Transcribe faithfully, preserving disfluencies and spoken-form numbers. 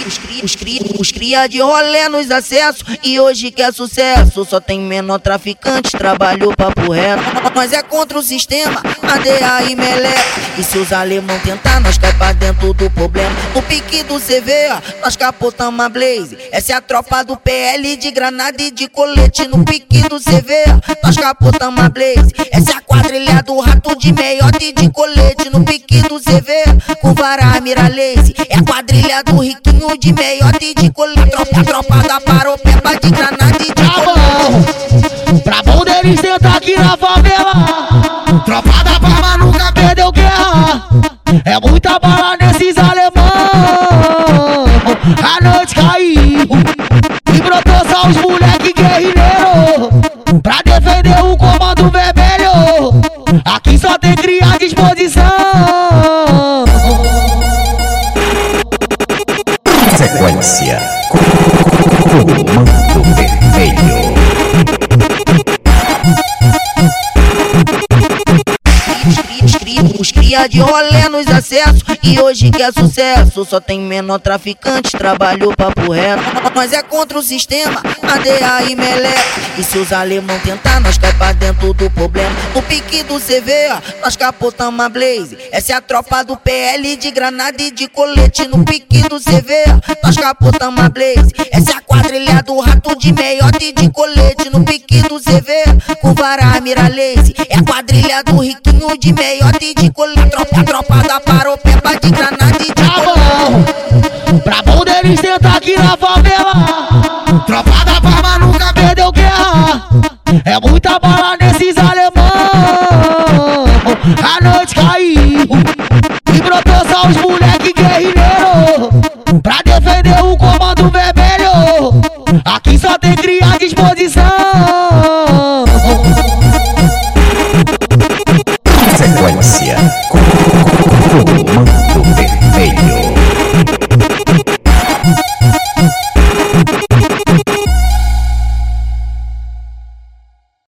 Os cria, os cria, os cria de rolé nos acessos e hoje quer sucesso. Só tem menor traficante, trabalhou papo reto. Nós é contra o sistema, A D A e meleca. E se os alemão tentar, nós cai pra dentro do problema. No pique do C V, nós capotamos a Blaze. Essa é a tropa do P L de granada e de colete. No pique do C V, nós capotamos a Blaze. Essa é a quadrilha do rato de meiote e de colete. No pique do C V, com vara mira lazy. É a quadrilha do riquinho de meiote e de colete. Tropa, tropa da paropeba de granada e de colete. Pra bom deles sentar aqui na favela. Tropa da Palma nunca perdeu guerra. É muita bala nesses alemão. A noite caiu e brotou só os moleque guerrilheiro pra defender o comando vermelho. Aqui só tem cria à disposição. Sequência Comando Vermelho. Os cria de rolé nos acessos e hoje quer sucesso. Só tem menor traficante, trabalhou papo reto. Nós é contra o sistema, A D A e meleca. E se os alemão tentar, nós cai pra dentro do problema. No pique do C V, nós capotamos a Blaze. Essa é a tropa do P L de granada e de colete. No pique do C V, nós capotamos a Blaze. Essa é a quadrilha do rato de meiote e de colete. No pique do C V, com vara mira lazy. É a quadrilha do riquinho de meiote e de colete. Tropa, tropa da paropeba de granada e de colete. Pra bom deles sentar aqui na favela. Tropa da Palma nunca perdeu guerra. É muita bala nesses alemão. A noite caiu e brotou só os moleque guerrilheiro pra defender o comando vermelho. Aqui só tem cria à disposição. Sequência